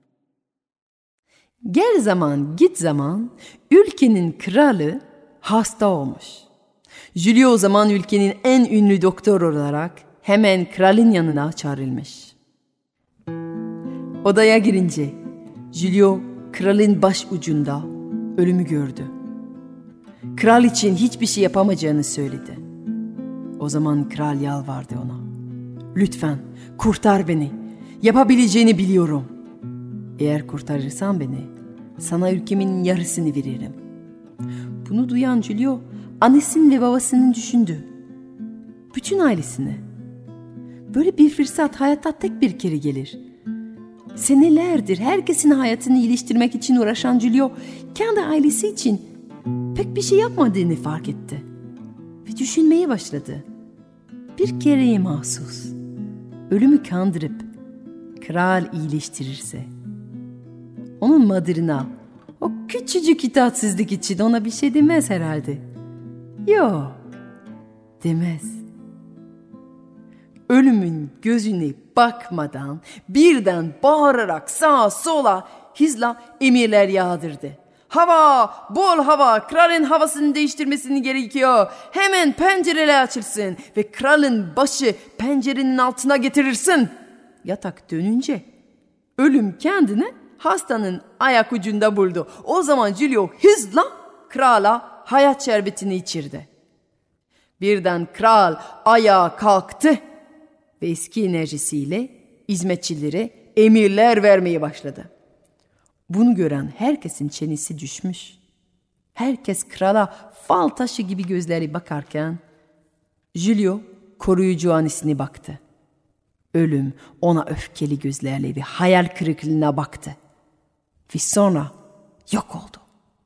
Gel zaman git zaman ülkenin kralı hasta olmuş. Julio o zaman ülkenin en ünlü doktor olarak hemen kralın yanına çağrılmış. Odaya girince Julio kralın baş ucunda ölümü gördü. Kral için hiçbir şey yapamayacağını söyledi. O zaman kral yalvardı ona. Lütfen kurtar beni. Yapabileceğini biliyorum. Eğer kurtarırsan beni, sana ülkemin yarısını veririm. Bunu duyan Julio, annesinin ve babasının düşündü. Bütün ailesini. Böyle bir fırsat hayatta tek bir kere gelir. Senelerdir herkesin hayatını iyileştirmek için uğraşan Julio, kendi ailesi için pek bir şey yapmadığını fark etti. Ve düşünmeye başladı. Bir kereye mahsus. Ölümü kandırıp kral iyileştirirse, onun madırına o küçücük itaatsizlik için ona bir şey demez herhalde. Yok, demez. Ölümün gözüne bakmadan birden bağırarak sağa sola hızla emirler yağdırdı. Hava, bol hava, kralın havasını değiştirmesini gerekiyor. Hemen pencereler açılsın ve kralın başı pencerenin altına getirirsin. Yatak dönünce ölüm kendini hastanın ayak ucunda buldu. O zaman Julio hızla krala hayat şerbetini içirdi. Birden kral ayağa kalktı ve eski enerjisiyle hizmetçilere emirler vermeye başladı. Bunu gören herkesin çenesi düşmüş. Herkes krala fal taşı gibi gözleri bakarken Julio koruyucu annesine baktı. Ölüm ona öfkeli gözlerle ve hayal kırıklığına baktı. Ve sonra yok oldu.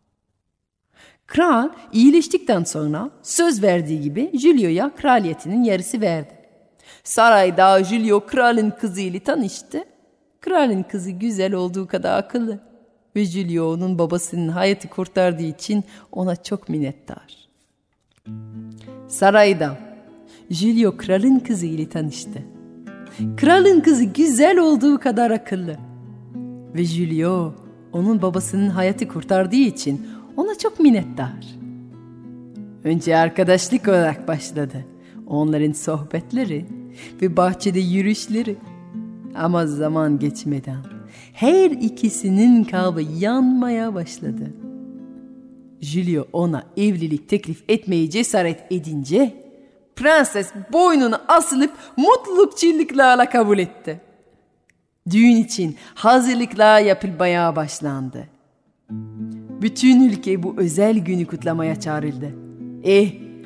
Kral iyileştikten sonra söz verdiği gibi Julio'ya kraliyetinin yarısı verdi. Sarayda Julio kralın kızıyla tanıştı. Kralın kızı güzel olduğu kadar akıllı. Ve Julio onun babasının hayatı kurtardığı için ona çok minnettar. Sarayda Julio kralın kızı ile tanıştı. Kralın kızı güzel olduğu kadar akıllı. Ve Julio onun babasının hayatı kurtardığı için ona çok minnettar. Önce arkadaşlık olarak başladı. Onların sohbetleri ve bahçede yürüyüşleri. Ama zaman geçmeden her ikisinin kalbi yanmaya başladı. Julio ona evlilik teklif etmeye cesaret edince prenses boynuna asılıp mutluluk çığlıklarla kabul etti. Düğün için hazırlıklar yapılmaya başlandı. Bütün ülke bu özel günü kutlamaya çağrıldı. Eh,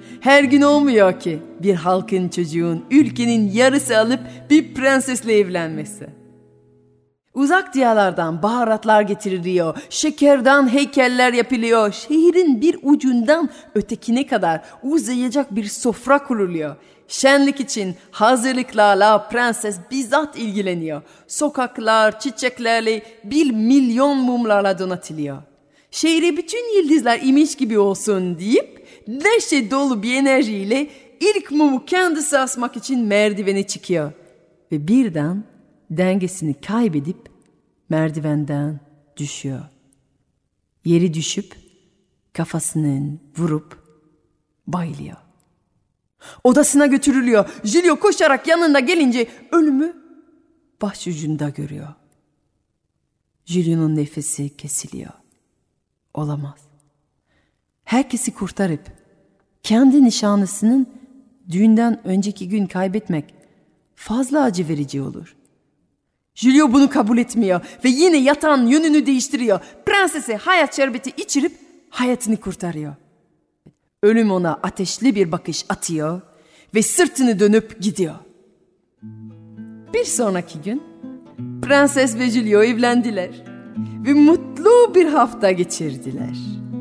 Her gün olmuyor ki bir halkın çocuğun ülkenin yarısı alıp bir prensesle evlenmesi. Uzak diyarlardan baharatlar getiriliyor, şekerden heykeller yapılıyor, şehrin bir ucundan ötekine kadar uzayacak bir sofra kuruluyor. Şenlik için hazırlıklarla prenses bizzat ilgileniyor. Sokaklar çiçeklerle, bir milyon mumlarla donatılıyor. Şehre bütün yıldızlar imiş gibi olsun deyip neşe dolu bir enerjiyle ilk mumu kendisi asmak için merdivene çıkıyor. Ve birden dengesini kaybedip merdivenden düşüyor. Yeri düşüp kafasını vurup bayılıyor. Odasına götürülüyor. Julio koşarak yanında gelince ölümü başucunda görüyor. Julio'nun nefesi kesiliyor. Olamaz. Herkesi kurtarıp kendi nişanlısının düğünden önceki gün kaybetmek fazla acı verici olur. Julio bunu kabul etmiyor ve yine yatağın yönünü değiştiriyor. Prensese hayat şerbeti içirip hayatını kurtarıyor. Ölüm ona ateşli bir bakış atıyor ve sırtını dönüp gidiyor. Bir sonraki gün Prenses ve Julio evlendiler ve mutlu bir hafta geçirdiler.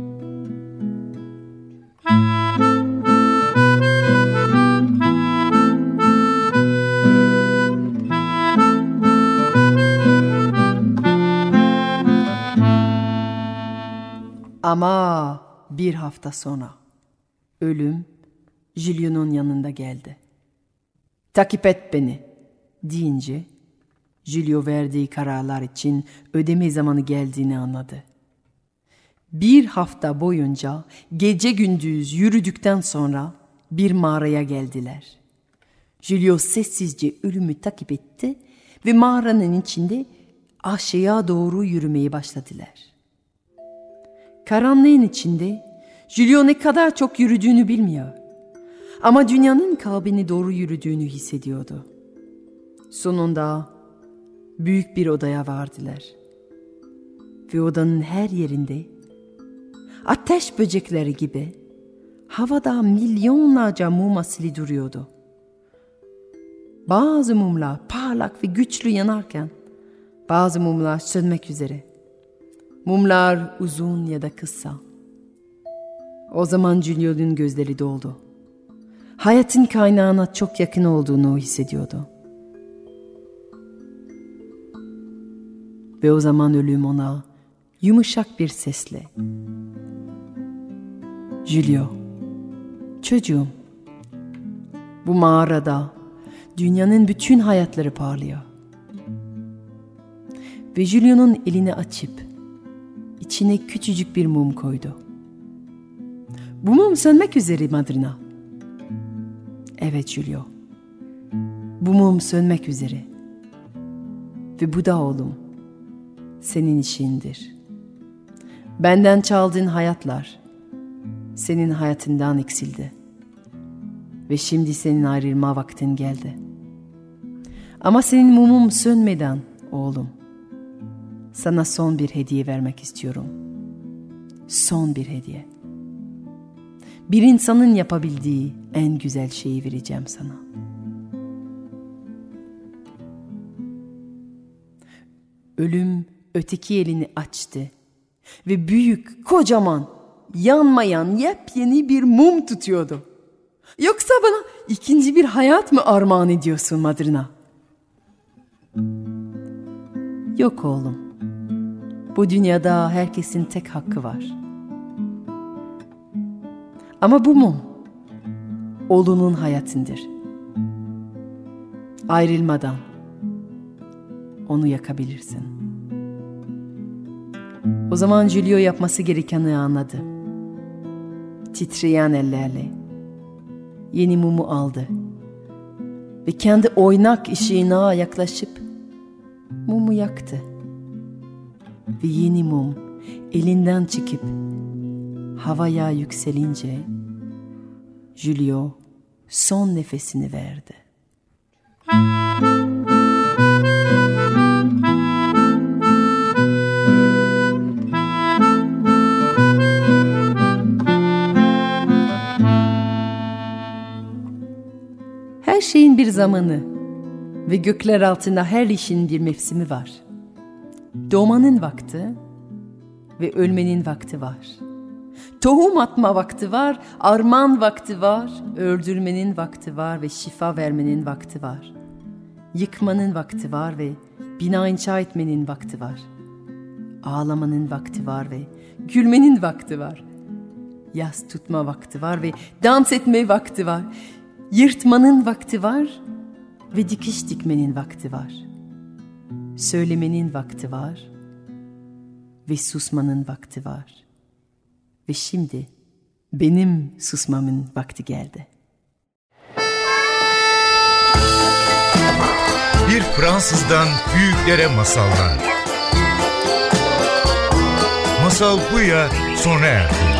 Ama bir hafta sonra ölüm Julio'nun yanında geldi. "Takip et beni" deyince Julio verdiği kararlar için ödeme zamanı geldiğini anladı. Bir hafta boyunca gece gündüz yürüdükten sonra bir mağaraya geldiler. Julio sessizce ölümü takip etti ve mağaranın içinde aşağıya doğru yürümeye başladılar. Karanlığın içinde Julio ne kadar çok yürüdüğünü bilmiyor. Ama dünyanın kalbine doğru yürüdüğünü hissediyordu. Sonunda büyük bir odaya vardılar. Ve odanın her yerinde ateş böcekleri gibi havada milyonlarca mum asili duruyordu. Bazı mumlar parlak ve güçlü yanarken bazı mumlar sönmek üzere. Mumlar uzun ya da kısa. O zaman Julio'nun gözleri doldu. Hayatın kaynağına çok yakın olduğunu hissediyordu. Ve o zaman ölüm ona yumuşak bir sesle: "Julio, çocuğum, bu mağarada dünyanın bütün hayatları parlıyor." Ve Julio'nun elini açıp içine küçücük bir mum koydu. "Bu mum sönmek üzere Madrina." "Evet Julio, bu mum sönmek üzere. Ve bu da oğlum, senin işindir. Benden çaldığın hayatlar senin hayatından eksildi. Ve şimdi senin ayrılma vaktin geldi. Ama senin mumum sönmeden oğlum, sana son bir hediye vermek istiyorum. Son bir hediye. Bir insanın yapabildiği en güzel şeyi vereceğim sana." Ölüm öteki elini açtı ve büyük, kocaman, yanmayan yepyeni bir mum tutuyordu. "Yoksa bana ikinci bir hayat mı armağan ediyorsun Madrina?" "Yok oğlum. Bu dünyada herkesin tek hakkı var. Ama bu mum oğlunun hayatındır. Ayrılmadan onu yakabilirsin." O zaman Julio yapması gerekeni anladı. Titreyen ellerle yeni mumu aldı ve kendi oynak ışığına yaklaşıp mumu yaktı. Ve yeni mum elinden çıkıp havaya yükselince Julio son nefesini verdi. Her şeyin bir zamanı ve gökler altında her işin bir mevsimi var. Doğmanın vakti ve ölmenin vakti var. Tohum atma vakti var, armağan vakti var, öldürmenin vakti var ve şifa vermenin vakti var. Yıkmanın vakti var ve bina inşa etmenin vakti var. Ağlamanın vakti var ve gülmenin vakti var. Yas tutma vakti var ve dans etme vakti var. Yırtmanın vakti var ve dikiş dikmenin vakti var. Söylemenin vakti var ve susmanın vakti var. Ve şimdi benim susmamın vakti geldi. Bir Fransızdan büyüklere masallar. Masal Buya sona erdi.